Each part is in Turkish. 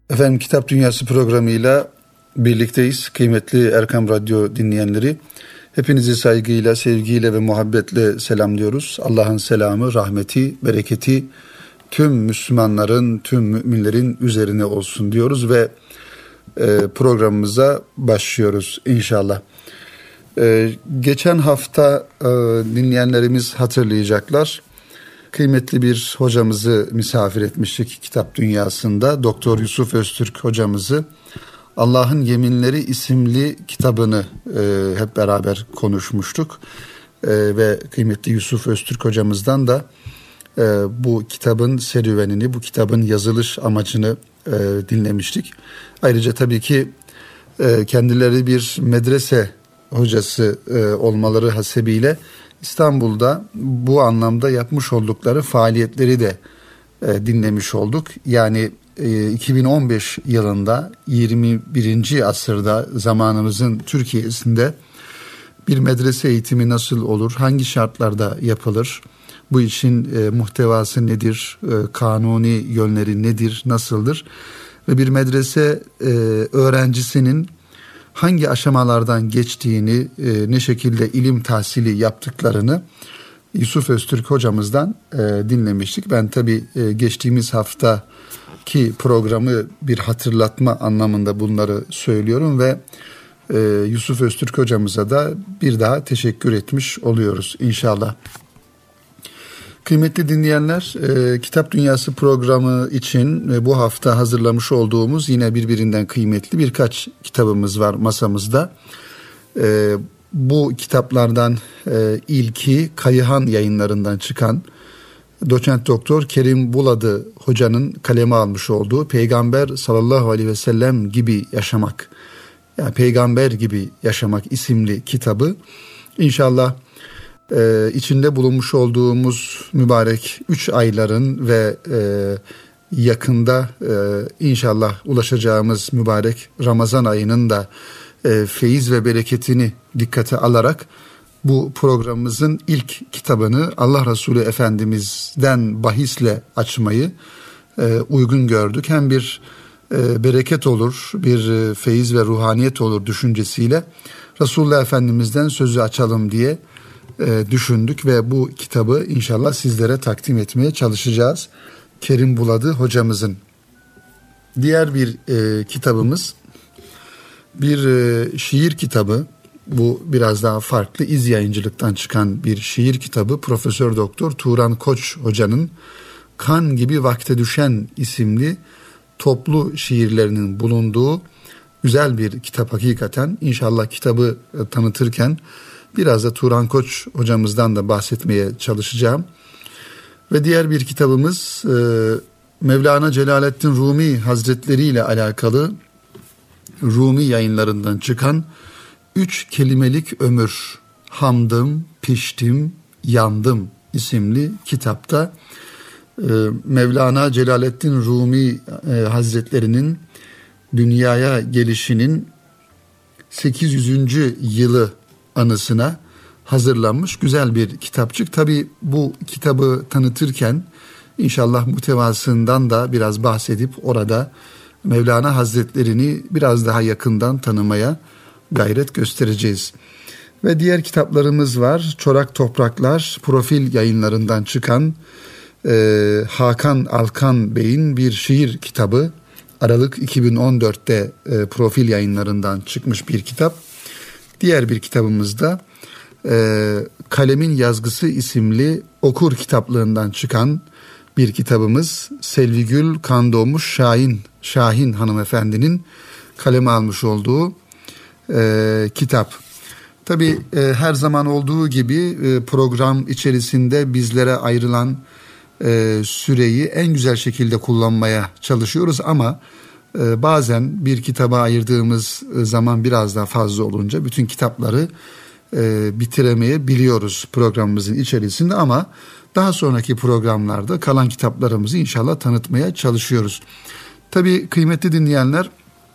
Efendim, Kitap Dünyası programıyla birlikteyiz. Kıymetli Erkam Radyo dinleyenleri, hepinizi saygıyla, sevgiyle ve muhabbetle selamlıyoruz. Allah'ın selamı, rahmeti, bereketi tüm Müslümanların, tüm müminlerin üzerine olsun diyoruz ve programımıza başlıyoruz inşallah. Geçen hafta dinleyenlerimiz hatırlayacaklar. Kıymetli bir hocamızı misafir etmiştik Kitap Dünyası'nda. Doktor Yusuf Öztürk hocamızı, Allah'ın Yeminleri isimli kitabını hep beraber konuşmuştuk. Ve kıymetli Yusuf Öztürk hocamızdan da bu kitabın serüvenini, bu kitabın yazılış amacını dinlemiştik. Ayrıca tabii ki kendileri bir medrese hocası olmaları hasebiyle İstanbul'da bu anlamda yapmış oldukları faaliyetleri de dinlemiş olduk. Yani 2015 yılında 21. asırda zamanımızın Türkiye'sinde bir medrese eğitimi nasıl olur, hangi şartlarda yapılır, bu işin muhtevası nedir, kanuni yönleri nedir, nasıldır ve bir medrese öğrencisinin hangi aşamalardan geçtiğini, ne şekilde ilim tahsili yaptıklarını Yusuf Öztürk hocamızdan dinlemiştik. Ben tabii geçtiğimiz haftaki programı bir hatırlatma anlamında bunları söylüyorum ve Yusuf Öztürk hocamıza da bir daha teşekkür etmiş oluyoruz inşallah. Kıymetli dinleyenler, Kitap Dünyası programı için bu hafta hazırlamış olduğumuz yine birbirinden kıymetli birkaç kitabımız var masamızda. Bu kitaplardan ilki Kayıhan Yayınlarından çıkan Doçent Doktor Kerim Buladı hocanın kaleme almış olduğu Peygamber sallallahu aleyhi ve sellem gibi yaşamak, yani Peygamber gibi yaşamak isimli kitabı. İnşallah içinde bulunmuş olduğumuz mübarek 3 ayların ve yakında inşallah ulaşacağımız mübarek Ramazan ayının da feyiz ve bereketini dikkate alarak bu programımızın ilk kitabını Allah Resulü Efendimiz'den bahisle açmayı uygun gördük. Hem bir bereket olur, bir feyiz ve ruhaniyet olur düşüncesiyle Resulullah Efendimiz'den sözü açalım diye düşündük ve bu kitabı inşallah sizlere takdim etmeye çalışacağız. Kerim Buladı hocamızın. Diğer bir kitabımız bir şiir kitabı. Bu biraz daha farklı, İz Yayıncılık'tan çıkan bir şiir kitabı. Profesör Doktor Turan Koç hocanın Kan Gibi Vakte Düşen isimli toplu şiirlerinin bulunduğu güzel bir kitap hakikaten. İnşallah kitabı tanıtırken biraz da Turan Koç hocamızdan da bahsetmeye çalışacağım. Ve diğer bir kitabımız Mevlana Celaleddin Rumi Hazretleri ile alakalı Rumi Yayınlarından çıkan 3 kelimelik ömür, hamdım, piştim, yandım isimli kitapta Mevlana Celaleddin Rumi Hazretleri'nin dünyaya gelişinin 800. yılı anısına hazırlanmış güzel bir kitapçık. Tabii bu kitabı tanıtırken inşallah muhtevasından da biraz bahsedip orada Mevlana Hazretlerini biraz daha yakından tanımaya gayret göstereceğiz. Ve diğer kitaplarımız var. Çorak Topraklar Profil Yayınlarından çıkan Hakan Alkan Bey'in bir şiir kitabı. Aralık 2014'te Profil Yayınlarından çıkmış bir kitap. Diğer bir kitabımızda Kalemin Yazgısı isimli okur kitaplığından çıkan bir kitabımız. Selvigül Kandoğmuş Şahin hanımefendinin kaleme almış olduğu kitap. Tabii her zaman olduğu gibi program içerisinde bizlere ayrılan süreyi en güzel şekilde kullanmaya çalışıyoruz ama bazen bir kitaba ayırdığımız zaman biraz daha fazla olunca bütün kitapları bitiremeyebiliyoruz programımızın içerisinde ama daha sonraki programlarda kalan kitaplarımızı inşallah tanıtmaya çalışıyoruz. Tabii kıymetli dinleyenler,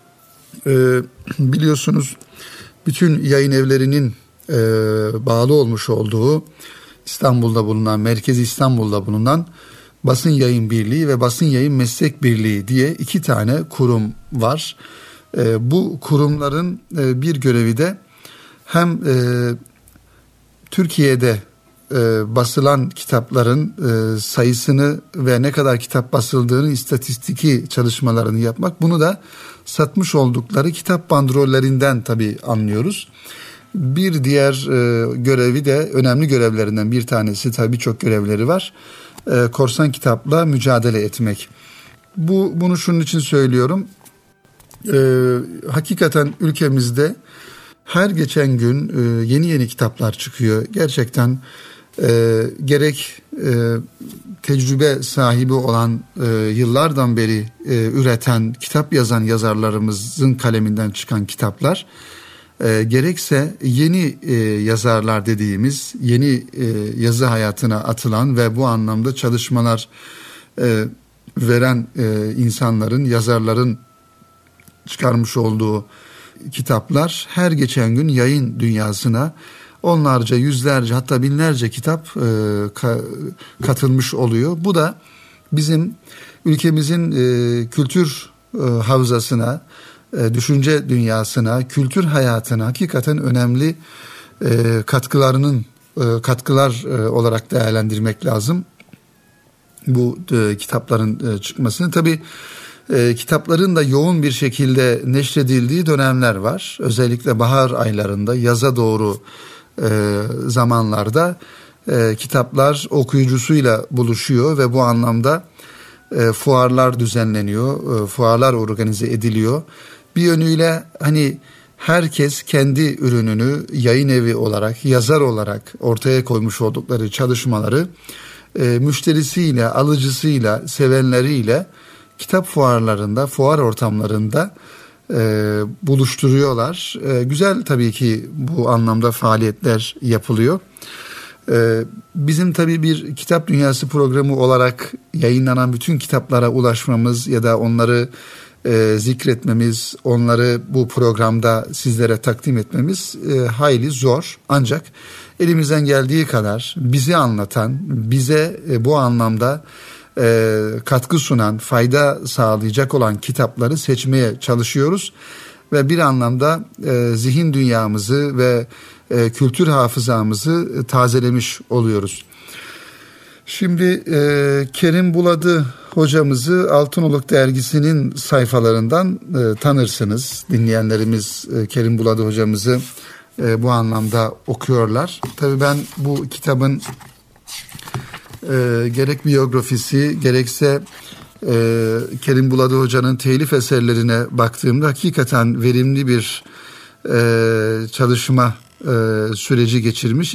biliyorsunuz bütün yayın evlerinin bağlı olmuş olduğu İstanbul'da bulunan, merkezi İstanbul'da bulunan Basın Yayın Birliği ve Basın Yayın Meslek Birliği diye 2 tane kurum var. Bu kurumların bir görevi de hem Türkiye'de basılan kitapların sayısını ve ne kadar kitap basıldığını istatistiki çalışmalarını yapmak. Bunu da satmış oldukları kitap bandrollerinden tabii anlıyoruz. Bir diğer görevi de, önemli görevlerinden bir tanesi, tabii birçok görevleri var, korsan kitapla mücadele etmek. Bunu şunun için söylüyorum. Hakikaten ülkemizde her geçen gün yeni kitaplar çıkıyor. Gerçekten gerek tecrübe sahibi olan, yıllardan beri üreten, kitap yazan yazarlarımızın kaleminden çıkan kitaplar, gerekse yeni yazarlar dediğimiz, yeni yazı hayatına atılan ve bu anlamda çalışmalar veren insanların, yazarların çıkarmış olduğu kitaplar her geçen gün yayın dünyasına onlarca, yüzlerce, hatta binlerce kitap katılmış oluyor. Bu da bizim ülkemizin kültür havzasına, düşünce dünyasına, kültür hayatına hakikaten önemli katkılar olarak değerlendirmek lazım bu kitapların çıkmasını. Tabii kitapların da yoğun bir şekilde neşredildiği dönemler var. Özellikle bahar aylarında, yaza doğru zamanlarda kitaplar okuyucusuyla buluşuyor ve bu anlamda fuarlar düzenleniyor, fuarlar organize ediliyor. Bir yönüyle hani herkes kendi ürününü yayın evi olarak, yazar olarak ortaya koymuş oldukları çalışmaları müşterisiyle, alıcısıyla, sevenleriyle kitap fuarlarında, fuar ortamlarında buluşturuyorlar. Güzel tabii ki bu anlamda faaliyetler yapılıyor. Bizim tabii bir Kitap Dünyası programı olarak yayınlanan bütün kitaplara ulaşmamız ya da onları zikretmemiz, onları bu programda sizlere takdim etmemiz hayli zor. Ancak elimizden geldiği kadar bizi anlatan, bize bu anlamda katkı sunan, fayda sağlayacak olan kitapları seçmeye çalışıyoruz ve bir anlamda zihin dünyamızı ve kültür hafızamızı tazelemiş oluyoruz. Şimdi Kerim Buladı hocamızı Altınoluk Dergisi'nin sayfalarından tanırsınız. Dinleyenlerimiz Kerim Buladı hocamızı bu anlamda okuyorlar. Tabii ben bu kitabın gerek biyografisi gerekse Kerim Buladı Hoca'nın telif eserlerine baktığımda hakikaten verimli bir çalışma süreci geçirmiş.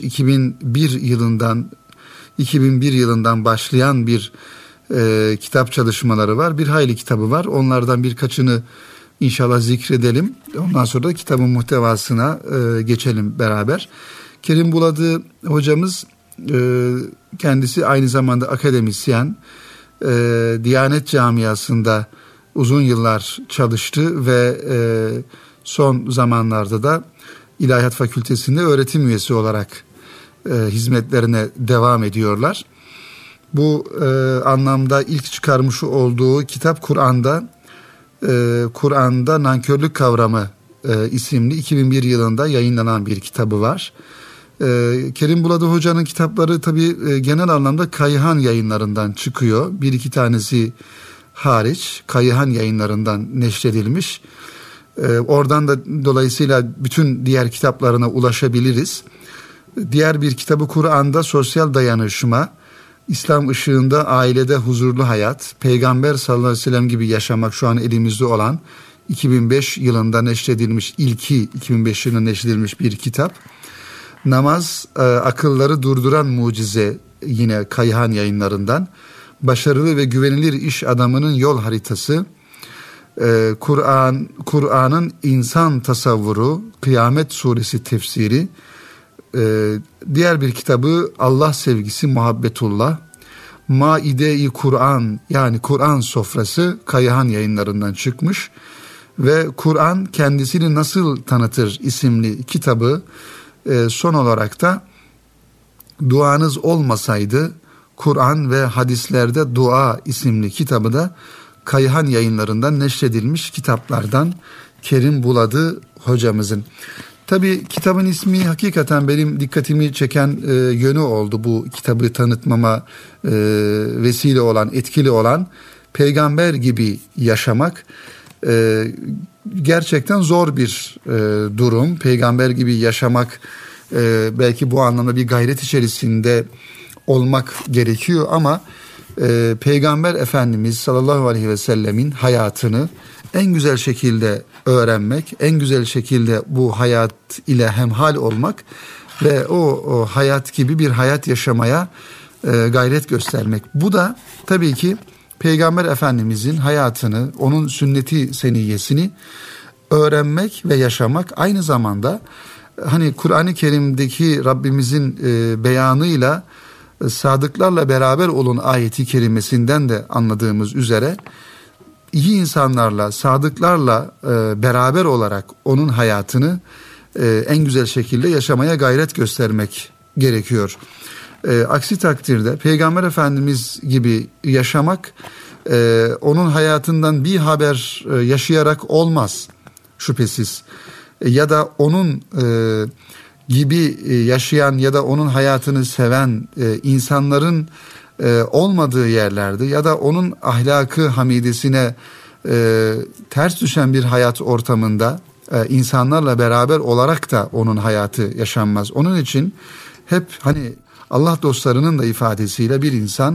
2001 yılından başlayan bir kitap çalışmaları var. Bir hayli kitabı var. Onlardan birkaçını inşallah zikredelim. Ondan sonra da kitabın muhtevasına geçelim beraber. Kerim Buladı hocamız kendisi aynı zamanda akademisyen, Diyanet camiasında uzun yıllar çalıştı ve son zamanlarda da İlahiyat Fakültesi'nde öğretim üyesi olarak hizmetlerine devam ediyorlar. Bu anlamda ilk çıkarmış olduğu kitap Kur'an'da Nankörlük Kavramı isimli 2001 yılında yayınlanan bir kitabı var. Kerim Buladı Hoca'nın kitapları tabii genel anlamda Kayıhan Yayınlarından çıkıyor. Bir iki tanesi hariç Kayıhan Yayınlarından neşredilmiş. Oradan da dolayısıyla bütün diğer kitaplarına ulaşabiliriz. Diğer bir kitabı Kur'an'da Sosyal Dayanışma, İslam ışığında ailede huzurlu hayat, Peygamber sallallahu aleyhi ve sellem gibi yaşamak şu an elimizde olan 2005 yılında neşredilmiş, ilki 2005 yılında neşredilmiş bir kitap. Namaz, akılları durduran mucize, yine Kayıhan Yayınlarından. Başarılı ve güvenilir iş adamının yol haritası. Kur'an'ın insan tasavvuru, Kıyamet Suresi tefsiri. Diğer bir kitabı Allah sevgisi, Muhabbetullah. Maide-i Kur'an, yani Kur'an sofrası Kayıhan Yayınlarından çıkmış. Ve Kur'an kendisini nasıl tanıtır isimli kitabı son olarak da Duanız olmasaydı Kur'an ve Hadislerde Dua isimli kitabı da Kayhan Yayınlarından neşredilmiş kitaplardan Kerim Buladı hocamızın. Tabii kitabın ismi hakikaten benim dikkatimi çeken yönü oldu. Bu kitabı tanıtmama vesile olan, etkili olan Peygamber gibi yaşamak gerçekten zor bir durum. Peygamber gibi yaşamak belki bu anlamda bir gayret içerisinde olmak gerekiyor ama Peygamber Efendimiz sallallahu aleyhi ve sellemin hayatını en güzel şekilde öğrenmek, en güzel şekilde bu hayat ile hemhal olmak ve o hayat gibi bir hayat yaşamaya gayret göstermek. Bu da tabii ki Peygamber Efendimizin hayatını, onun sünneti seniyyesini öğrenmek ve yaşamak, aynı zamanda hani Kur'an-ı Kerim'deki Rabbimizin beyanıyla sadıklarla beraber olun ayeti kerimesinden de anladığımız üzere iyi insanlarla, sadıklarla beraber olarak onun hayatını en güzel şekilde yaşamaya gayret göstermek gerekiyor. Aksi takdirde Peygamber Efendimiz gibi yaşamak onun hayatından bir haber yaşayarak olmaz şüphesiz. Ya da onun gibi yaşayan ya da onun hayatını seven insanların olmadığı yerlerde ya da onun ahlakı hamidesine ters düşen bir hayat ortamında insanlarla beraber olarak da onun hayatı yaşanmaz. Onun için hep hani Allah dostlarının da ifadesiyle bir insan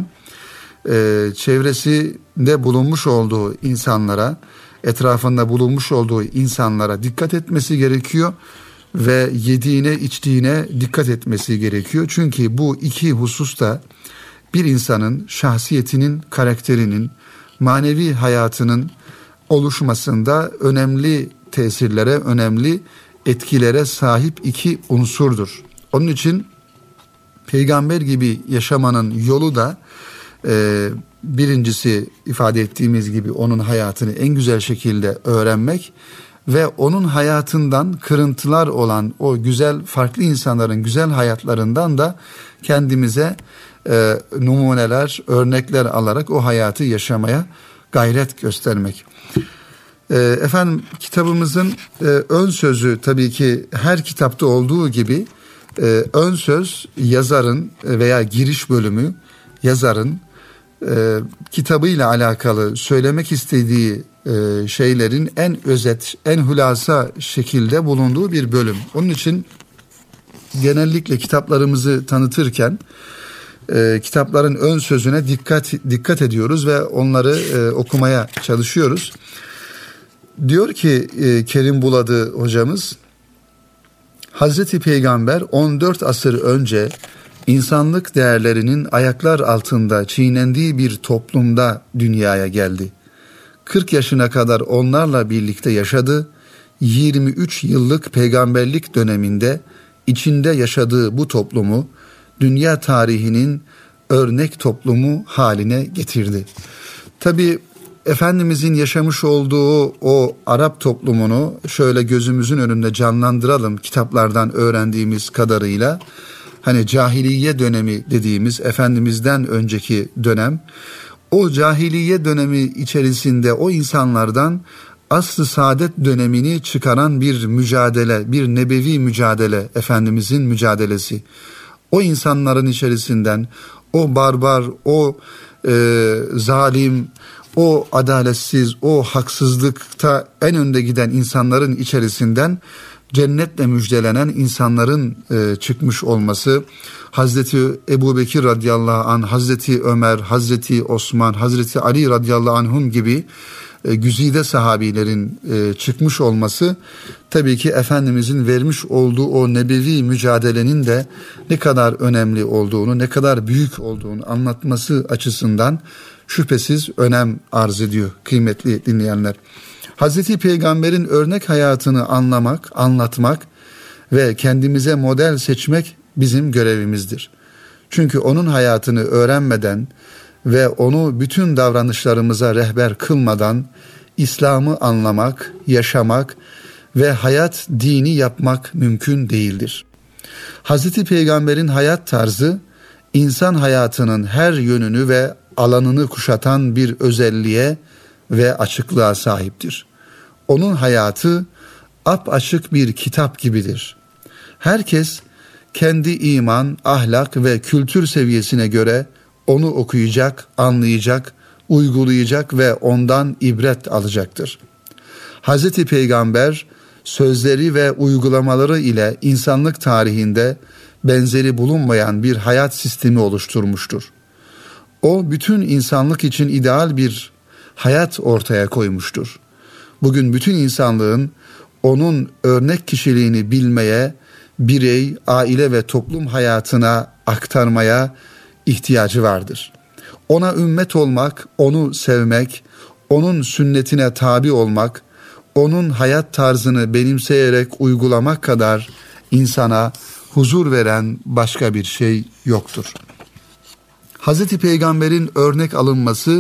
çevresinde bulunmuş olduğu insanlara, etrafında bulunmuş olduğu insanlara dikkat etmesi gerekiyor ve yediğine içtiğine dikkat etmesi gerekiyor. Çünkü bu iki hususta bir insanın şahsiyetinin, karakterinin, manevi hayatının oluşmasında önemli tesirlere, önemli etkilere sahip iki unsurdur. Onun için peygamber gibi yaşamanın yolu da birincisi ifade ettiğimiz gibi onun hayatını en güzel şekilde öğrenmek ve onun hayatından kırıntılar olan o güzel farklı insanların güzel hayatlarından da kendimize numuneler, örnekler alarak o hayatı yaşamaya gayret göstermek. Efendim kitabımızın ön sözü tabii ki her kitapta olduğu gibi ön söz yazarın veya giriş bölümü yazarın kitabıyla alakalı söylemek istediği şeylerin en özet, en hülasa şekilde bulunduğu bir bölüm. Onun için genellikle kitaplarımızı tanıtırken kitapların ön sözüne dikkat ediyoruz ve onları okumaya çalışıyoruz. Diyor ki Kerim Buladı hocamız, Hazreti Peygamber 14 asır önce insanlık değerlerinin ayaklar altında çiğnendiği bir toplumda dünyaya geldi. 40 yaşına kadar onlarla birlikte yaşadı. 23 yıllık peygamberlik döneminde içinde yaşadığı bu toplumu dünya tarihinin örnek toplumu haline getirdi. Tabii Efendimizin yaşamış olduğu o Arap toplumunu şöyle gözümüzün önünde canlandıralım kitaplardan öğrendiğimiz kadarıyla. Hani cahiliye dönemi dediğimiz Efendimiz'den önceki dönem, o cahiliye dönemi içerisinde o insanlardan asr-ı saadet dönemini çıkaran bir mücadele, bir nebevi mücadele, Efendimizin mücadelesi. O insanların içerisinden o barbar, o zalim, o adaletsiz, o haksızlıkta en önde giden insanların içerisinden cennetle müjdelenen insanların çıkmış olması, Hazreti Ebubekir radıyallahu anh, Hazreti Ömer, Hazreti Osman, Hazreti Ali radıyallahu anhum gibi güzide sahabilerin çıkmış olması tabii ki Efendimizin vermiş olduğu o nebevi mücadelenin de ne kadar önemli olduğunu, ne kadar büyük olduğunu anlatması açısından şüphesiz önem arz ediyor kıymetli dinleyenler. Hazreti Peygamber'in örnek hayatını anlamak, anlatmak ve kendimize model seçmek bizim görevimizdir. Çünkü onun hayatını öğrenmeden ve onu bütün davranışlarımıza rehber kılmadan İslam'ı anlamak, yaşamak ve hayat dini yapmak mümkün değildir. Hazreti Peygamber'in hayat tarzı insan hayatının her yönünü ve alanını kuşatan bir özelliğe ve açıklığa sahiptir. Onun hayatı apaçık bir kitap gibidir. Herkes kendi iman, ahlak ve kültür seviyesine göre onu okuyacak, anlayacak, uygulayacak ve ondan ibret alacaktır. Hz. Peygamber sözleri ve uygulamaları ile insanlık tarihinde benzeri bulunmayan bir hayat sistemi oluşturmuştur. O bütün insanlık için ideal bir hayat ortaya koymuştur. Bugün bütün insanlığın onun örnek kişiliğini bilmeye, birey, aile ve toplum hayatına aktarmaya ihtiyacı vardır. Ona ümmet olmak, onu sevmek, onun sünnetine tabi olmak, onun hayat tarzını benimseyerek uygulamak kadar insana huzur veren başka bir şey yoktur. Hazreti Peygamber'in örnek alınması,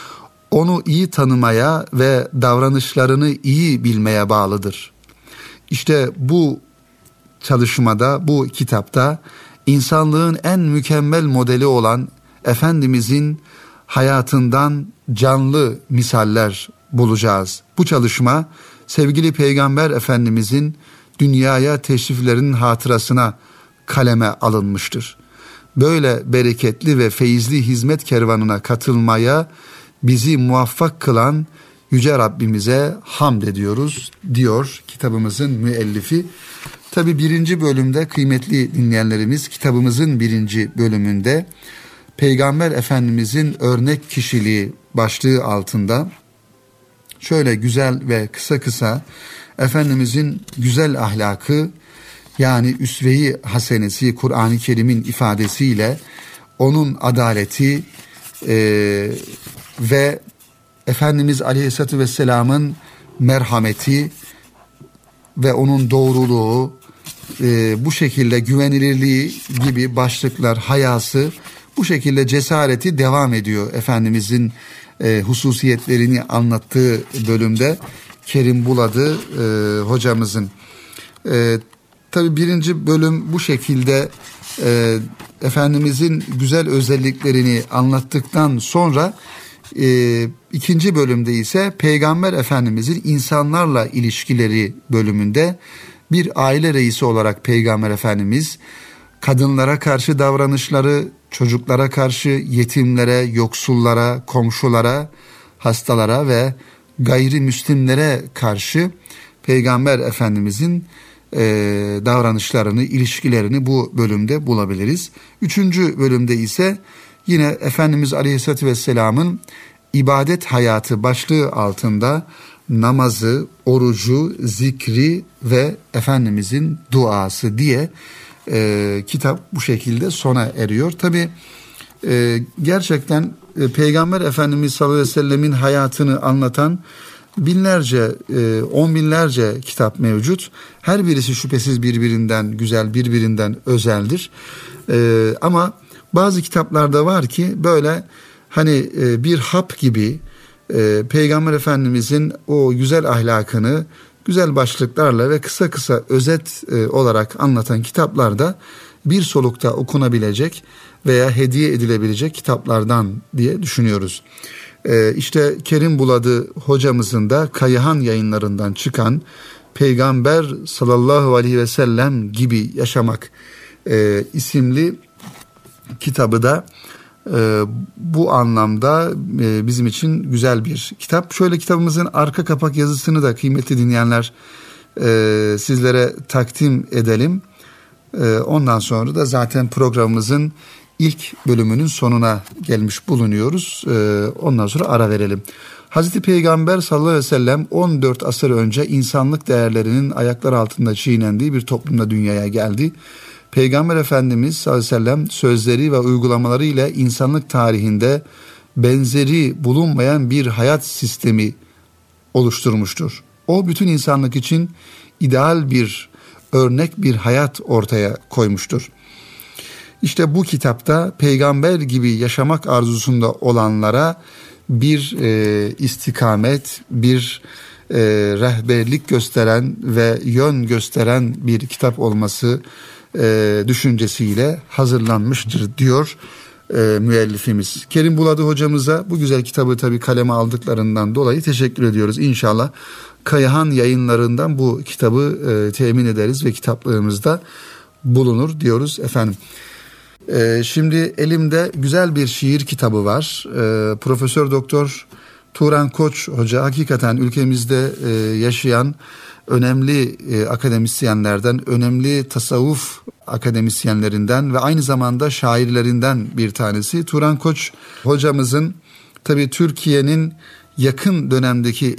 onu iyi tanımaya ve davranışlarını iyi bilmeye bağlıdır. İşte bu çalışmada, bu kitapta insanlığın en mükemmel modeli olan Efendimizin hayatından canlı misaller bulacağız. Bu çalışma sevgili Peygamber Efendimizin dünyaya teşriflerinin hatırasına kaleme alınmıştır. Böyle bereketli ve feyizli hizmet kervanına katılmaya bizi muvaffak kılan Yüce Rabbimize hamd ediyoruz diyor kitabımızın müellifi. Tabi 1. bölümde kıymetli dinleyenlerimiz, kitabımızın 1. bölümünde Peygamber Efendimizin örnek kişiliği başlığı altında şöyle güzel ve kısa Efendimizin güzel ahlakı, yani üsve-i hasenesi, Kur'an-ı Kerim'in ifadesiyle onun adaleti ve Efendimiz Aleyhisselatü Vesselam'ın merhameti ve onun doğruluğu, bu şekilde güvenilirliği gibi başlıklar, hayası, bu şekilde cesareti devam ediyor Efendimizin hususiyetlerini anlattığı bölümde Kerim Buladı hocamızın. Tabii 1. bölüm bu şekilde Efendimizin güzel özelliklerini anlattıktan sonra 2. bölümde ise Peygamber Efendimizin insanlarla ilişkileri bölümünde bir aile reisi olarak Peygamber Efendimiz kadınlara karşı davranışları, çocuklara karşı, yetimlere, yoksullara, komşulara, hastalara ve gayrimüslimlere karşı Peygamber Efendimizin davranışlarını, ilişkilerini bu bölümde bulabiliriz. 3. bölümde ise yine Efendimiz Aleyhisselatü Vesselam'ın ibadet hayatı başlığı altında namazı, orucu, zikri ve Efendimizin duası diye kitap bu şekilde sona eriyor. Tabi gerçekten Peygamber Efendimiz sallallahu aleyhi ve sellemin hayatını anlatan binlerce, on binlerce kitap mevcut. Her birisi şüphesiz birbirinden güzel, birbirinden özeldir. Ama bazı kitaplarda var ki böyle hani bir hap gibi Peygamber Efendimizin o güzel ahlakını güzel başlıklarla ve kısa özet olarak anlatan kitaplarda bir solukta okunabilecek veya hediye edilebilecek kitaplardan diye düşünüyoruz. İşte Kerim Buladı hocamızın da Kayıhan Yayınlarından çıkan Peygamber sallallahu aleyhi ve sellem gibi yaşamak isimli kitabı da bu anlamda bizim için güzel bir kitap. Şöyle kitabımızın arka kapak yazısını da kıymetli dinleyenler sizlere takdim edelim. Ondan sonra da zaten programımızın ilk bölümünün sonuna gelmiş bulunuyoruz. Ondan sonra ara verelim. Hazreti Peygamber sallallahu aleyhi ve sellem 14 asır önce insanlık değerlerinin ayaklar altında çiğnendiği bir toplumda dünyaya geldi. Peygamber Efendimiz sallallahu aleyhi ve sellem sözleri ve uygulamaları ile insanlık tarihinde benzeri bulunmayan bir hayat sistemi oluşturmuştur. O bütün insanlık için ideal bir örnek bir hayat ortaya koymuştur. İşte bu kitapta peygamber gibi yaşamak arzusunda olanlara bir istikamet, bir rehberlik gösteren ve yön gösteren bir kitap olması düşüncesiyle hazırlanmıştır diyor müellifimiz. Kerim Buladı hocamıza bu güzel kitabı tabii kaleme aldıklarından dolayı teşekkür ediyoruz. İnşallah Kayahan Yayınlarından bu kitabı temin ederiz ve kitaplığımızda bulunur diyoruz efendim. Şimdi elimde güzel bir şiir kitabı var. Profesör Doktor Turan Koç Hoca hakikaten ülkemizde yaşayan önemli akademisyenlerden, önemli tasavvuf akademisyenlerinden ve aynı zamanda şairlerinden bir tanesi. Turan Koç hocamızın tabii Türkiye'nin yakın dönemdeki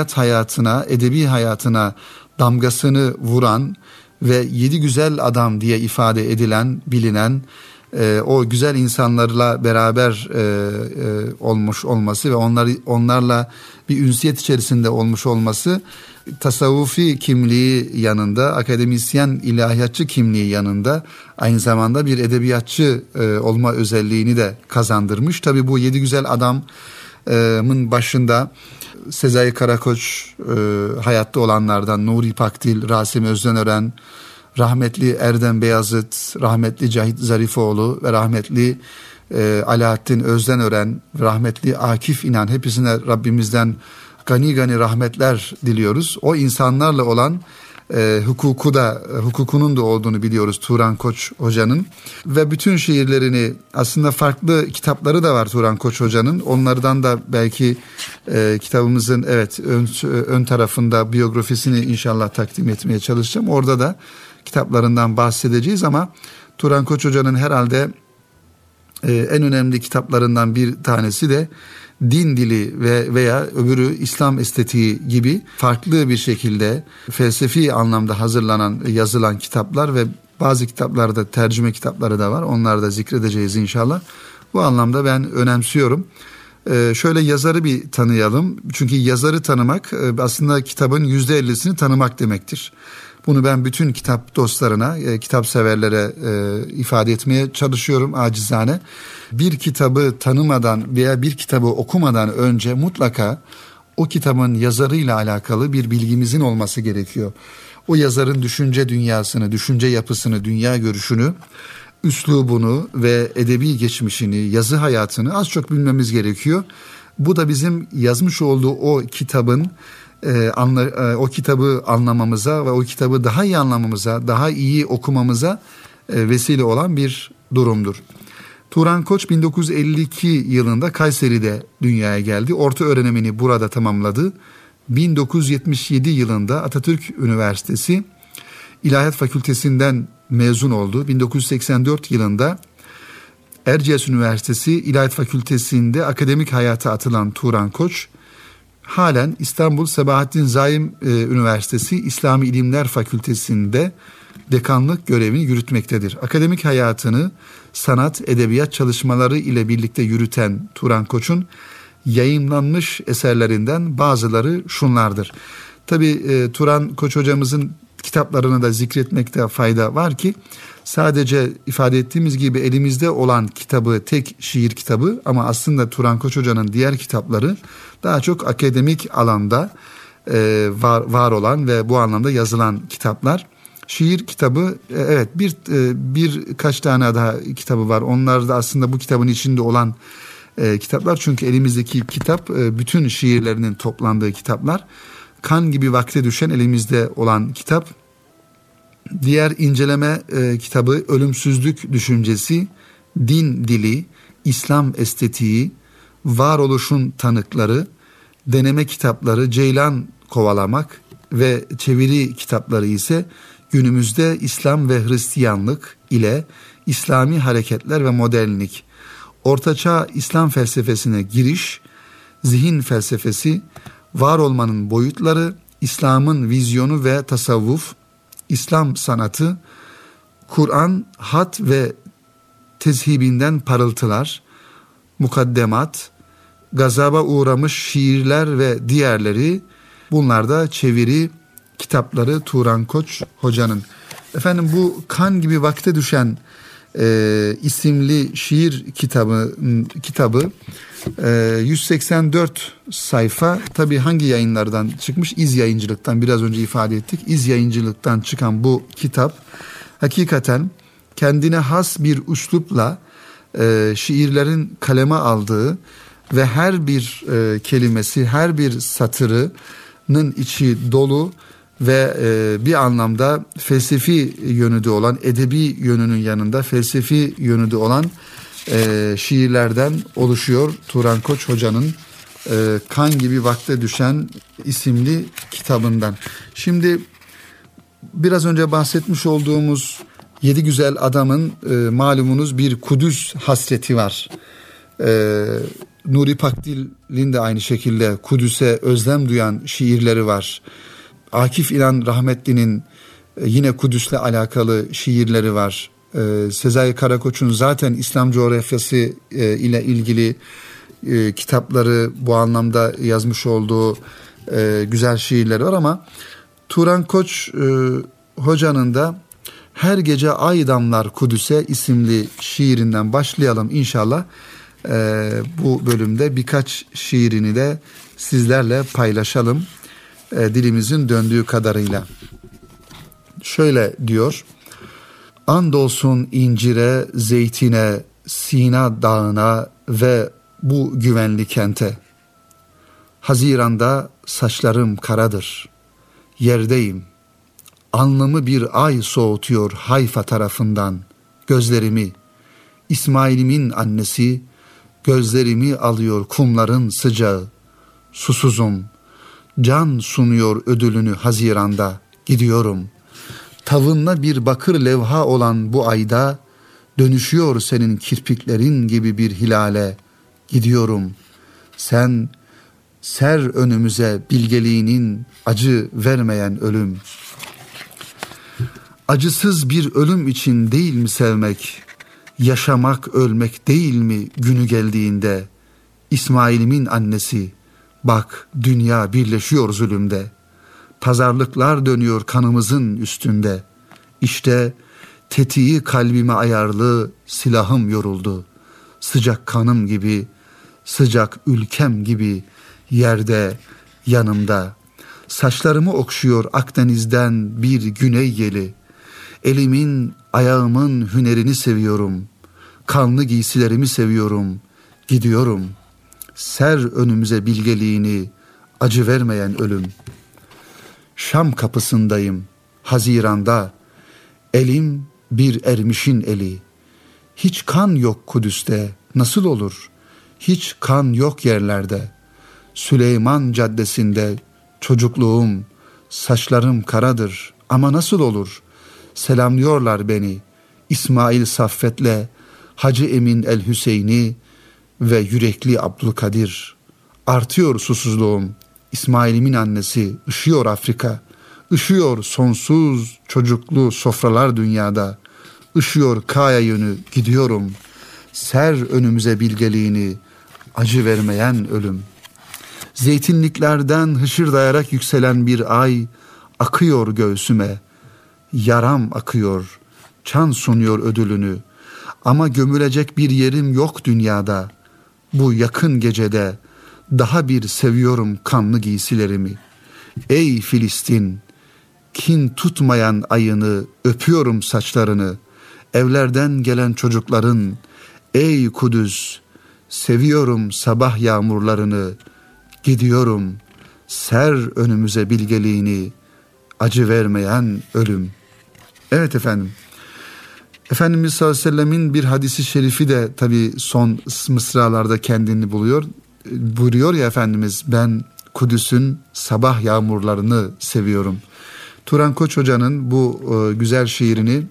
edebi hayatına damgasını vuran ve 7 güzel adam diye ifade edilen, bilinen o güzel insanlarla beraber olmuş olması ve onlarla bir ünsiyet içerisinde olmuş olması tasavvufi kimliği yanında, akademisyen ilahiyatçı kimliği yanında aynı zamanda bir edebiyatçı olma özelliğini de kazandırmış. Tabii bu 7 güzel adamın başında Sezai Karakoç, hayatta olanlardan Nuri Pakdil, Rasim Özdenören, rahmetli Erdem Beyazıt, rahmetli Cahit Zarifoğlu ve rahmetli Alaaddin Özdenören, rahmetli Akif İnan, hepsine Rabbimizden gani gani rahmetler diliyoruz. O insanlarla olan hukukunun da olduğunu biliyoruz Turan Koç Hoca'nın ve bütün şiirlerini, aslında farklı kitapları da var Turan Koç Hoca'nın. Onlardan da belki kitabımızın ön tarafında biyografisini inşallah takdim etmeye çalışacağım. Orada da kitaplarından bahsedeceğiz ama Turan Koç Hoca'nın herhalde en önemli kitaplarından bir tanesi de Din Dili veya öbürü İslam Estetiği gibi farklı bir şekilde felsefi anlamda yazılan kitaplar ve bazı kitaplarda tercüme kitapları da var. Onları da zikredeceğiz inşallah. Bu anlamda ben önemsiyorum. Şöyle yazarı bir tanıyalım. Çünkü yazarı tanımak aslında kitabın %50'sini tanımak demektir. Bunu ben bütün kitap dostlarına, kitap severlere ifade etmeye çalışıyorum acizane. Bir kitabı tanımadan veya bir kitabı okumadan önce mutlaka o kitabın yazarıyla alakalı bir bilgimizin olması gerekiyor. O yazarın düşünce dünyasını, düşünce yapısını, dünya görüşünü, üslubunu ve edebi geçmişini, yazı hayatını az çok bilmemiz gerekiyor. Bu da bizim yazmış olduğu o kitabı anlamamıza ve o kitabı daha iyi anlamamıza, daha iyi okumamıza vesile olan bir durumdur. Turan Koç 1952 yılında Kayseri'de dünyaya geldi. Orta öğrenimini burada tamamladı. 1977 yılında Atatürk Üniversitesi İlahiyat Fakültesinden mezun oldu. 1984 yılında Erciyes Üniversitesi İlahiyat Fakültesi'nde akademik hayata atılan Turan Koç, halen İstanbul Sabahattin Zaim Üniversitesi İslami İlimler Fakültesi'nde dekanlık görevini yürütmektedir. Akademik hayatını sanat, edebiyat çalışmaları ile birlikte yürüten Turan Koç'un yayımlanmış eserlerinden bazıları şunlardır. Tabii Turan Koç hocamızın kitaplarını da zikretmekte fayda var ki sadece ifade ettiğimiz gibi elimizde olan kitabı tek şiir kitabı ama aslında Turan Koç Hoca'nın diğer kitapları daha çok akademik alanda var olan ve bu anlamda yazılan kitaplar. Şiir kitabı birkaç tane daha kitabı var. Onlar da aslında bu kitabın içinde olan kitaplar. Çünkü elimizdeki kitap bütün şiirlerinin toplandığı kitaplar. Kan gibi vakte düşen elimizde olan kitap. Diğer inceleme kitabı Ölümsüzlük Düşüncesi, Din Dili, İslam Estetiği, Varoluşun Tanıkları, deneme kitapları Ceylan Kovalamak ve çeviri kitapları ise günümüzde İslam ve Hristiyanlık ile İslami hareketler ve modernlik, Ortaçağ İslam felsefesine giriş, zihin felsefesi, var olmanın boyutları, İslam'ın vizyonu ve tasavvuf, İslam sanatı, Kur'an, hat ve tezhibinden parıltılar, mukaddemat, gazaba uğramış şiirler ve diğerleri, bunlar da çeviri kitapları Turan Koç Hoca'nın. Efendim bu Kan gibi vakte düşen isimli şiir kitabı 184 sayfa. Tabii hangi yayınlardan çıkmış? İz Yayıncılık'tan, biraz önce ifade ettik. İz Yayıncılık'tan çıkan bu kitap hakikaten kendine has bir üslupla şiirlerin kaleme aldığı ve her bir kelimesi, her bir satırının içi dolu ve bir anlamda felsefi yönü de olan, edebi yönünün yanında felsefi yönü de olan şiirlerden oluşuyor. Turan Koç Hoca'nın Kan Gibi Vakte Düşen isimli kitabından. Şimdi biraz önce bahsetmiş olduğumuz 7 güzel adamın malumunuz bir Kudüs hasreti var. Nuri Pakdil'in de aynı şekilde Kudüs'e özlem duyan şiirleri var. Akif İlhan Rahmetli'nin yine Kudüs'le alakalı şiirleri var. Sezai Karakoç'un zaten İslam coğrafyası ile ilgili kitapları, bu anlamda yazmış olduğu güzel şiirleri var ama Turan Koç Hoca'nın da Her Gece Ay Damlar Kudüs'e isimli şiirinden başlayalım inşallah. Bu bölümde birkaç şiirini de sizlerle paylaşalım dilimizin döndüğü kadarıyla. Şöyle diyor: Andolsun incire, zeytine, Sina dağına ve bu güvenli kente. Haziranda saçlarım karadır, yerdeyim. Alnımı bir ay soğutuyor Hayfa tarafından gözlerimi. İsmail'imin annesi gözlerimi alıyor kumların sıcağı. Susuzum, can sunuyor ödülünü Haziran'da, gidiyorum. Tavınla bir bakır levha olan bu ayda dönüşüyor senin kirpiklerin gibi bir hilale, gidiyorum. Sen ser önümüze bilgeliğinin acı vermeyen ölüm. Acısız bir ölüm için değil mi sevmek? Yaşamak ölmek değil mi günü geldiğinde? İsmail'imin annesi, bak dünya birleşiyor zulümde. Pazarlıklar dönüyor kanımızın üstünde. İşte tetiği kalbime ayarlı silahım yoruldu. Sıcak kanım gibi, sıcak ülkem gibi yerde, yanımda. Saçlarımı okşuyor Akdeniz'den bir güney yeli. Elimin, ayağımın hünerini seviyorum. Kanlı giysilerimi seviyorum. Gidiyorum. Ser önümüze bilgeliğini, acı vermeyen ölüm. Şam kapısındayım, Haziran'da. Elim bir ermişin eli. Hiç kan yok Kudüs'te, nasıl olur? Hiç kan yok yerlerde. Süleyman Caddesi'nde çocukluğum, saçlarım karadır ama nasıl olur? Selamlıyorlar beni İsmail Saffet'le Hacı Emin El Hüseyin'i ve yürekli Abdülkadir. Artıyor susuzluğum, İsmail'imin annesi, ışıyor Afrika. Işıyor sonsuz çocuklu sofralar dünyada. Işıyor Kaya yönü, gidiyorum. Ser önümüze bilgeliğini, acı vermeyen ölüm. Zeytinliklerden hışırdayarak yükselen bir ay akıyor göğsüme. Yaram akıyor, çan sunuyor ödülünü. Ama gömülecek bir yerim yok dünyada. Bu yakın gecede daha bir seviyorum kanlı giysilerimi. Ey Filistin, kin tutmayan ayını, öpüyorum saçlarını. Evlerden gelen çocukların, ey Kudüs, seviyorum sabah yağmurlarını. Gidiyorum, ser önümüze bilgeliğini, acı vermeyen ölüm. Evet efendim. Efendimiz sallallahu aleyhi ve sellemin bir hadisi şerifi de tabii son mısralarda kendini buluyor. Buyuruyor ya Efendimiz, ben Kudüs'ün sabah yağmurlarını seviyorum. Turan Koç Hoca'nın bu güzel şiirini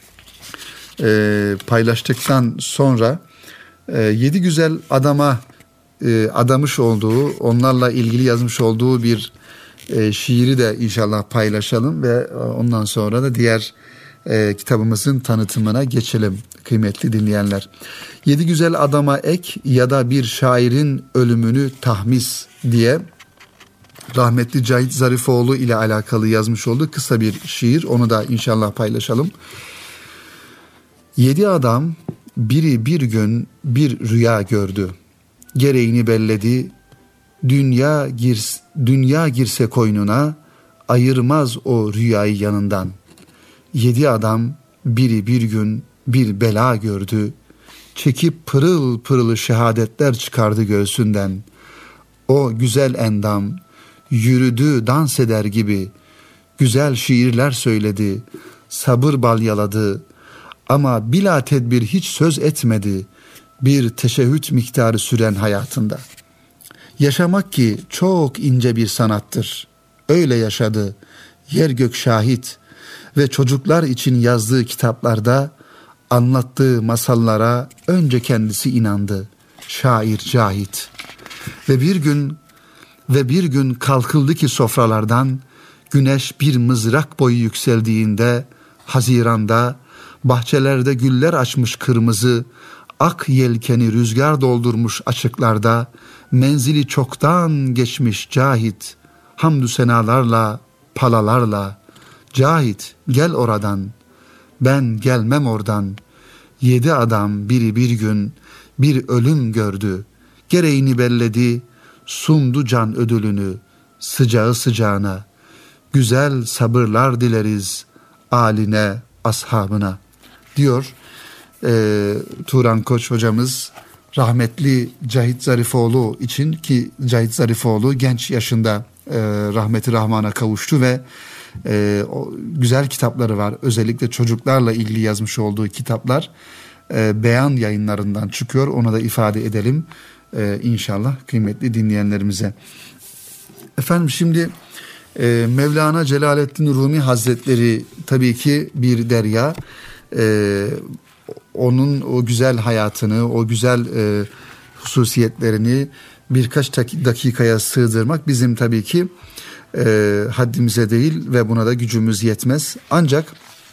paylaştıktan sonra 7 güzel adama adamış olduğu, onlarla ilgili yazmış olduğu bir şiiri de inşallah paylaşalım ve ondan sonra da diğer kitabımızın tanıtımına geçelim kıymetli dinleyenler. 7 güzel adama ek ya da bir şairin ölümünü tahmis diye rahmetli Cahit Zarifoğlu ile alakalı yazmış olduğu kısa bir şiir, onu da inşallah paylaşalım. 7 adam biri bir gün bir rüya gördü. Gereğini belledi. Dünya girse koynuna ayırmaz o rüyayı yanından. 7 adam biri bir gün bir bela gördü. Çekip pırıl pırıl şehadetler çıkardı göğsünden. O güzel endam yürüdü dans eder gibi. Güzel şiirler söyledi. Sabır balyaladı. Ama bila tedbir hiç söz etmedi. Bir teşehhüt miktarı süren hayatında. Yaşamak ki çok ince bir sanattır. Öyle yaşadı. Yer gök şahit. Ve çocuklar için yazdığı kitaplarda anlattığı masallara önce kendisi inandı. Şair Cahit. Ve bir gün kalkıldı ki sofralardan, güneş bir mızrak boyu yükseldiğinde, Haziran'da bahçelerde güller açmış kırmızı, ak yelkeni rüzgar doldurmuş açıklarda, menzili çoktan geçmiş Cahit, hamdü senalarla, palalarla, Cahit gel oradan, ben gelmem oradan. 7 adam biri bir gün bir ölüm gördü, gereğini belledi, sundu can ödülünü, sıcağı sıcağına. Güzel sabırlar dileriz aline, ashabına, diyor Turan Koç hocamız rahmetli Cahit Zarifoğlu için, ki Cahit Zarifoğlu genç yaşında rahmeti rahmana kavuştu ve o güzel kitapları var. Özellikle çocuklarla ilgili yazmış olduğu kitaplar Beyan yayınlarından çıkıyor. Onu da ifade edelim inşallah kıymetli dinleyenlerimize. Efendim şimdi Mevlana Celaleddin Rumi Hazretleri tabii ki bir derya. Onun o güzel hayatını, o güzel hususiyetlerini birkaç dakikaya sığdırmak bizim tabii ki haddimize değil ve buna da gücümüz yetmez. Ancak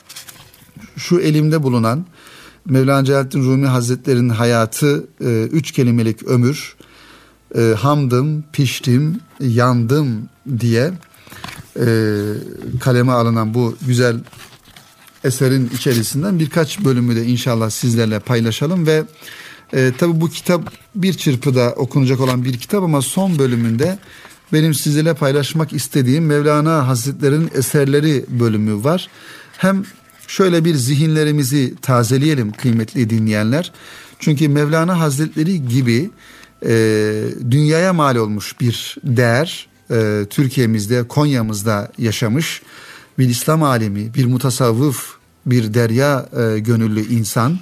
şu elimde bulunan Mevlana Celaleddin Rumi Hazretleri'nin hayatı 3 kelimelik ömür, hamdım, piştim, yandım diye kaleme alınan bu güzel eserin içerisinden birkaç bölümü de inşallah sizlerle paylaşalım ve tabi bu kitap bir çırpıda okunacak olan bir kitap ama son bölümünde benim sizlerle paylaşmak istediğim Mevlana Hazretleri'nin eserleri bölümü var. Hem şöyle bir zihinlerimizi tazeleyelim kıymetli dinleyenler. Çünkü Mevlana Hazretleri gibi dünyaya mal olmuş bir değer, Türkiye'mizde, Konya'mızda yaşamış bir İslam alemi, bir mutasavvıf, bir derya gönüllü insan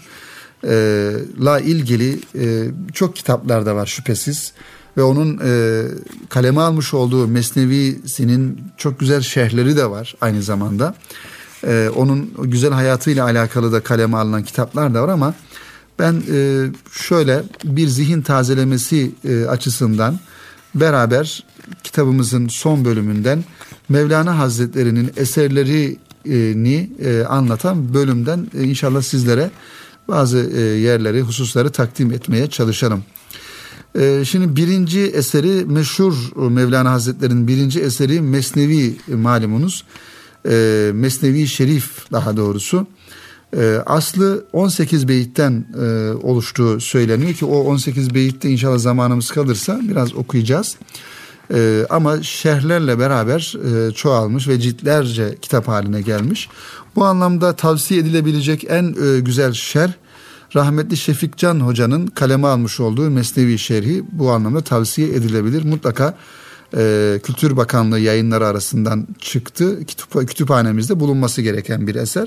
la ilgili çok kitaplar da var şüphesiz. Ve onun kaleme almış olduğu Mesnevi'sinin çok güzel şerhleri de var aynı zamanda. Onun güzel hayatıyla alakalı da kaleme alınan kitaplar da var ama ben şöyle bir zihin tazelemesi açısından beraber kitabımızın son bölümünden Mevlana Hazretleri'nin eserlerini anlatan bölümden inşallah sizlere bazı yerleri, hususları takdim etmeye çalışalım. Şimdi birinci eseri meşhur Mevlana Hazretleri'nin birinci eseri Mesnevi malumunuz. Mesnevi Şerif daha doğrusu. Aslı 18 beyitten oluştuğu söyleniyor ki o 18 beyitte inşallah zamanımız kalırsa biraz okuyacağız. Ama şerhlerle beraber çoğalmış ve ciltlerce kitap haline gelmiş. Bu anlamda tavsiye edilebilecek en güzel şerh rahmetli Şefikcan Hoca'nın kaleme almış olduğu Mesnevi Şerhi, bu anlamda tavsiye edilebilir. Mutlaka Kültür Bakanlığı yayınları arasından çıktı. Kütüphanemizde bulunması gereken bir eser.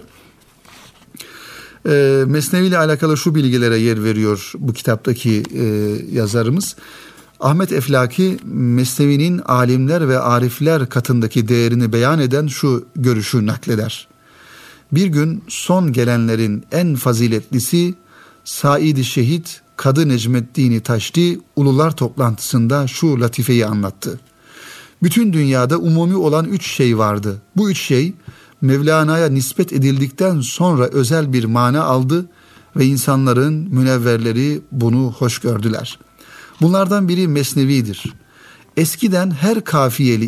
Mesnevi ile alakalı şu bilgilere yer veriyor bu kitaptaki yazarımız. Ahmet Eflaki Mesnevi'nin alimler ve arifler katındaki değerini beyan eden şu görüşü nakleder. Bir gün son gelenlerin en faziletlisi Said-i Şehit Kadı Necmeddin Taşti Ulular toplantısında şu latifeyi anlattı. Bütün dünyada umumi olan 3 şey vardı. Bu 3 şey Mevlana'ya nispet edildikten sonra özel bir mana aldı ve insanların münevverleri bunu hoş gördüler. Bunlardan biri Mesnevi'dir. Eskiden her kafiyeli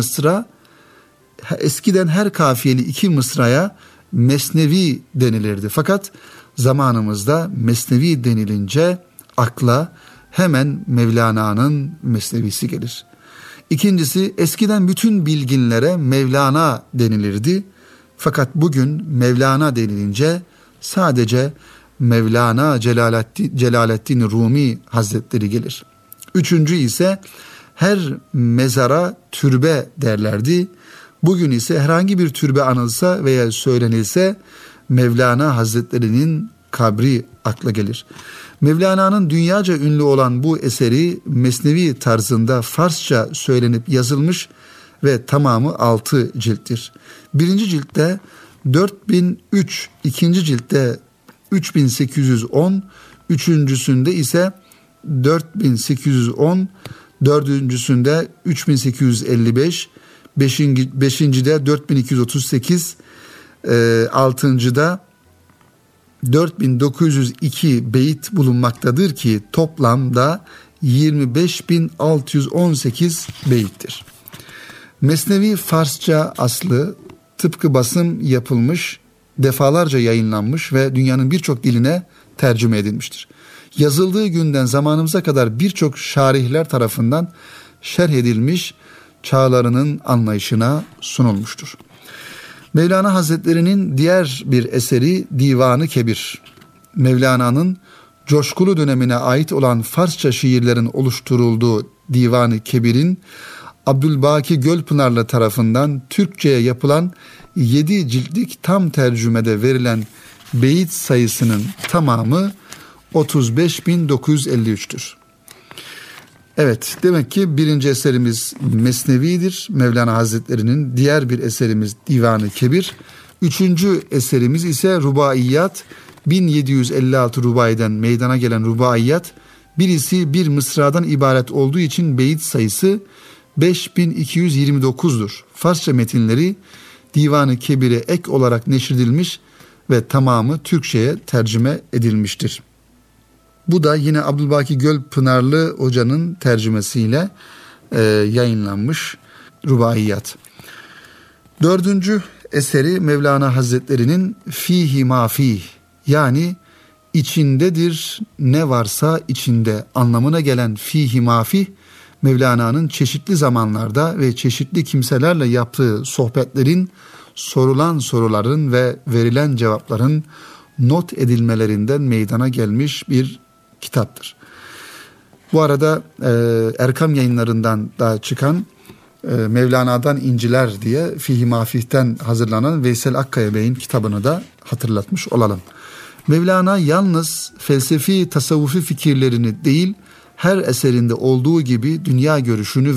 iki mısraya Mesnevi denilirdi. Fakat zamanımızda Mesnevi denilince akla hemen Mevlana'nın Mesnevisi gelir. İkincisi, eskiden bütün bilginlere Mevlana denilirdi. Fakat bugün Mevlana denilince sadece Mevlana Celaleddin Rumi Hazretleri gelir. Üçüncü ise her mezara türbe derlerdi. Bugün ise herhangi bir türbe anılsa veya söylenilse Mevlana Hazretleri'nin kabri akla gelir. Mevlana'nın dünyaca ünlü olan bu eseri Mesnevi tarzında Farsça söylenip yazılmış ve tamamı 6 cilttir. Birinci ciltte 4003, ikinci ciltte 3810, üçüncüsünde ise 4810, dördüncüsünde 3855, beşincide 4238, altıncıda 4902 beyit bulunmaktadır ki toplamda 25.618 beyittir. Mesnevi Farsça aslı, tıpkı basım yapılmış, defalarca yayınlanmış ve dünyanın birçok diline tercüme edilmiştir. Yazıldığı günden zamanımıza kadar birçok şarihler tarafından şerh edilmiş, çağlarının anlayışına sunulmuştur. Mevlana Hazretleri'nin diğer bir eseri Divan-ı Kebir. Mevlana'nın coşkulu dönemine ait olan Farsça şiirlerin oluşturulduğu Divan-ı Kebir'in Abdülbaki Gölpınarlı tarafından Türkçe'ye yapılan 7 ciltlik tam tercümede verilen beyit sayısının tamamı 35.953'tür. Evet, demek ki birinci eserimiz Mesnevi'dir. Mevlana Hazretleri'nin diğer bir eserimiz Divan-ı Kebir. Üçüncü eserimiz ise Rubaiyat. 1756 rubaiden meydana gelen Rubaiyat. Birisi bir mısradan ibaret olduğu için beyit sayısı 5229'dur. Farsça metinleri Divan-ı Kebir'e ek olarak neşredilmiş ve tamamı Türkçe'ye tercüme edilmiştir. Bu da yine Abdülbaki Gölpınarlı Hoca'nın tercümesiyle yayınlanmış Rubaiyat. Dördüncü eseri Mevlana Hazretleri'nin Fihi Mafih, yani içindedir ne varsa içinde anlamına gelen Fihi Mafih, Mevlana'nın çeşitli zamanlarda ve çeşitli kimselerle yaptığı sohbetlerin, sorulan soruların ve verilen cevapların not edilmelerinden meydana gelmiş bir kitaptır. Bu arada Erkam Yayınları'ndan da çıkan Mevlana'dan İnciler diye Fihi Mafih'ten hazırlanan Veysel Akkaya Bey'in kitabını da hatırlatmış olalım. Mevlana yalnız felsefi, tasavvufi fikirlerini değil, her eserinde olduğu gibi dünya görüşünü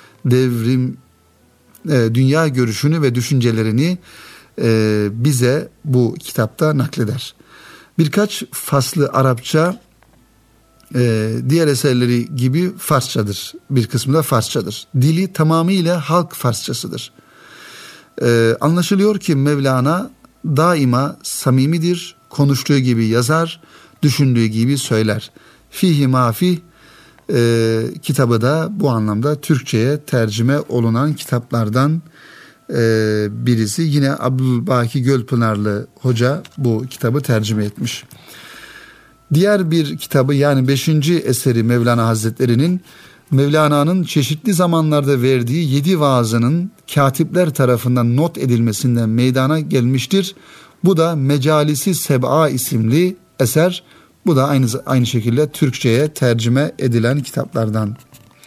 ve düşüncelerini bize bu kitapta nakleder. Birkaç faslı Arapça, diğer eserleri gibi Farsçadır. Bir kısmı da Farsçadır. Dili tamamıyla halk Farsçasıdır. Anlaşılıyor ki Mevlana daima samimidir. Konuştuğu gibi yazar, düşündüğü gibi söyler. Fihi Mafih kitabı da bu anlamda Türkçe'ye tercüme olunan kitaplardan birisi. Yine Abdülbaki Gölpınarlı Hoca bu kitabı tercüme etmiş. Diğer bir kitabı, yani 5. eseri Mevlana Hazretleri'nin Mevlana'nın çeşitli zamanlarda verdiği 7 vaazının katipler tarafından not edilmesinden meydana gelmiştir. Bu da Mecalisi Seb'a isimli eser. Bu da aynı şekilde Türkçe'ye tercüme edilen kitaplardan.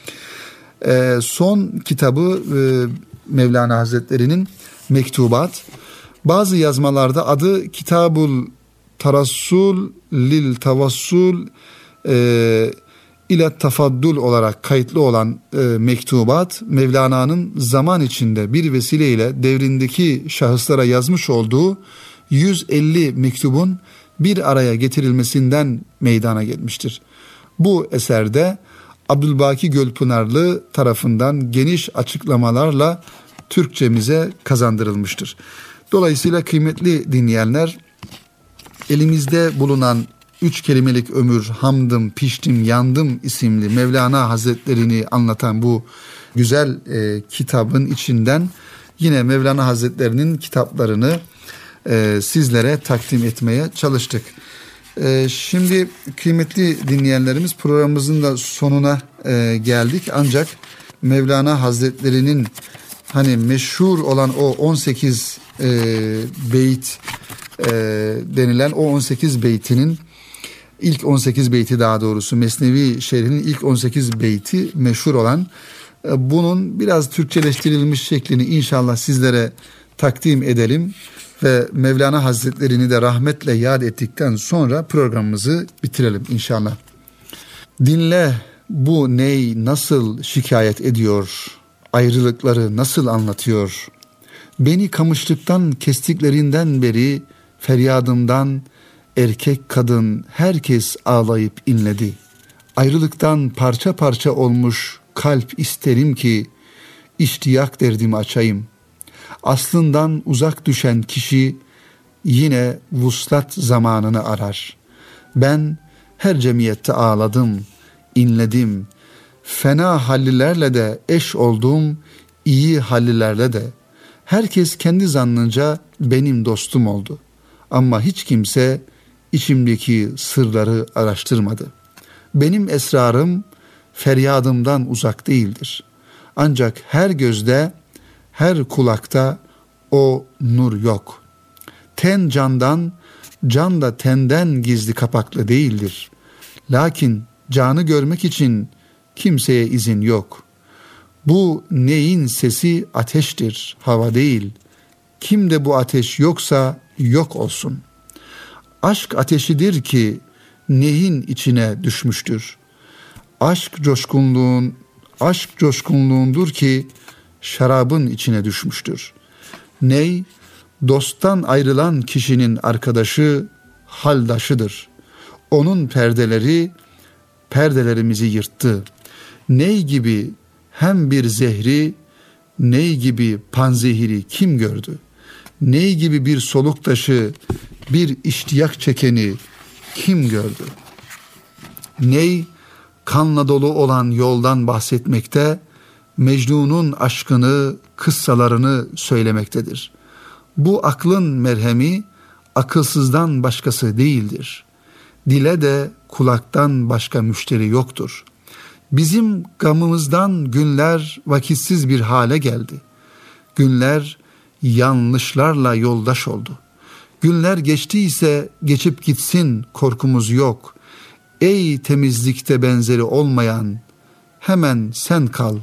Son kitabı Mevlana Hazretleri'nin Mektubat. Bazı yazmalarda adı Kitabul Tarassul lil Tavassul ile Tafaddul olarak kayıtlı olan Mektubat, Mevlana'nın zaman içinde bir vesileyle devrindeki şahıslara yazmış olduğu 150 mektubun bir araya getirilmesinden meydana gelmiştir. Bu eserde Abdülbaki Gölpınarlı tarafından geniş açıklamalarla Türkçemize kazandırılmıştır. Dolayısıyla kıymetli dinleyenler, elimizde bulunan 3 kelimelik ömür, hamdım, piştim, yandım isimli Mevlana Hazretlerini anlatan bu güzel kitabın içinden yine Mevlana Hazretlerinin kitaplarını sizlere takdim etmeye çalıştık. Şimdi kıymetli dinleyenlerimiz, programımızın da sonuna geldik. Ancak Mevlana Hazretlerinin hani meşhur olan o 18 beyt denilen o 18 beytinin ilk 18 beyti, daha doğrusu Mesnevi şerhinin ilk 18 beyti meşhur olan, bunun biraz Türkçeleştirilmiş şeklini inşallah sizlere takdim edelim ve Mevlana Hazretlerini de rahmetle yad ettikten sonra programımızı bitirelim inşallah. Dinle bu ney nasıl şikayet ediyor, ayrılıkları nasıl anlatıyor. Beni kamışlıktan kestiklerinden beri feryadımdan erkek kadın herkes ağlayıp inledi. Ayrılıktan parça parça olmuş kalp isterim ki iştiyak derdimi açayım. Aslından uzak düşen kişi yine vuslat zamanını arar. Ben her cemiyette ağladım, inledim. Fena hallilerle de eş oldum, iyi hallilerle de. Herkes kendi zannınca benim dostum oldu. Ama hiç kimse içimdeki sırları araştırmadı. Benim esrarım feryadımdan uzak değildir. Ancak her gözde, her kulakta o nur yok. Ten candan, can da tenden gizli kapaklı değildir. Lakin canı görmek için kimseye izin yok. Bu neyin sesi ateştir, hava değil. Kimde bu ateş yoksa yok olsun. Aşk ateşidir ki neyin içine düşmüştür. Aşk coşkunluğundur ki şarabın içine düşmüştür. Ney, dosttan ayrılan kişinin arkadaşı, haldaşıdır. Onun perdelerimizi yırttı. Ney gibi hem bir zehri, ney gibi panzehiri kim gördü? Ney gibi bir soluk taşı, bir iştiyak çekeni kim gördü? Ney, kanla dolu olan yoldan bahsetmekte, Mecnun'un aşkını, kıssalarını söylemektedir. Bu aklın merhemi, akılsızdan başkası değildir. Dile de kulaktan başka müşteri yoktur. Bizim gamımızdan günler vakitsiz bir hale geldi. Günler yanlışlarla yoldaş oldu. Günler geçtiyse geçip gitsin, korkumuz yok. Ey temizlikte benzeri olmayan, hemen sen kal.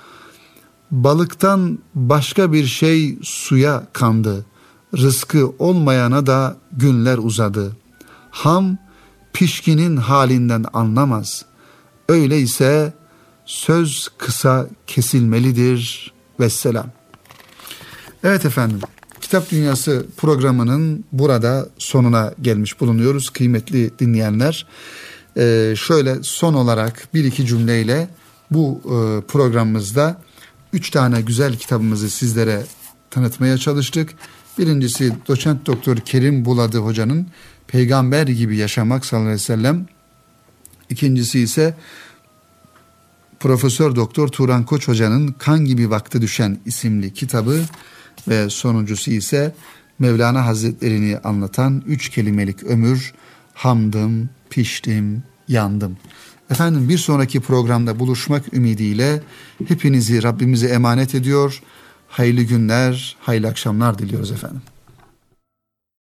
Balıktan başka bir şey suya kandı. Rızkı olmayana da günler uzadı. Ham pişkinin halinden anlamaz. Öyleyse söz kısa kesilmelidir. Vesselam. Evet efendim, Kitap Dünyası programının burada sonuna gelmiş bulunuyoruz kıymetli dinleyenler. Şöyle son olarak bir iki cümleyle bu programımızda 3 tane güzel kitabımızı sizlere tanıtmaya çalıştık. Birincisi Doçent Doktor Kerim Buladı Hoca'nın Peygamber Gibi Yaşamak sallallahu aleyhi ve sellem. İkincisi ise Profesör Doktor Turan Koç Hoca'nın Kan Gibi Vakti Düşen isimli kitabı ve sonuncusu ise Mevlana Hazretlerini anlatan 3 kelimelik ömür, hamdım, piştim, yandım. Efendim, bir sonraki programda buluşmak ümidiyle hepinizi Rabbimize emanet ediyor. Hayırlı günler, hayırlı akşamlar diliyoruz efendim.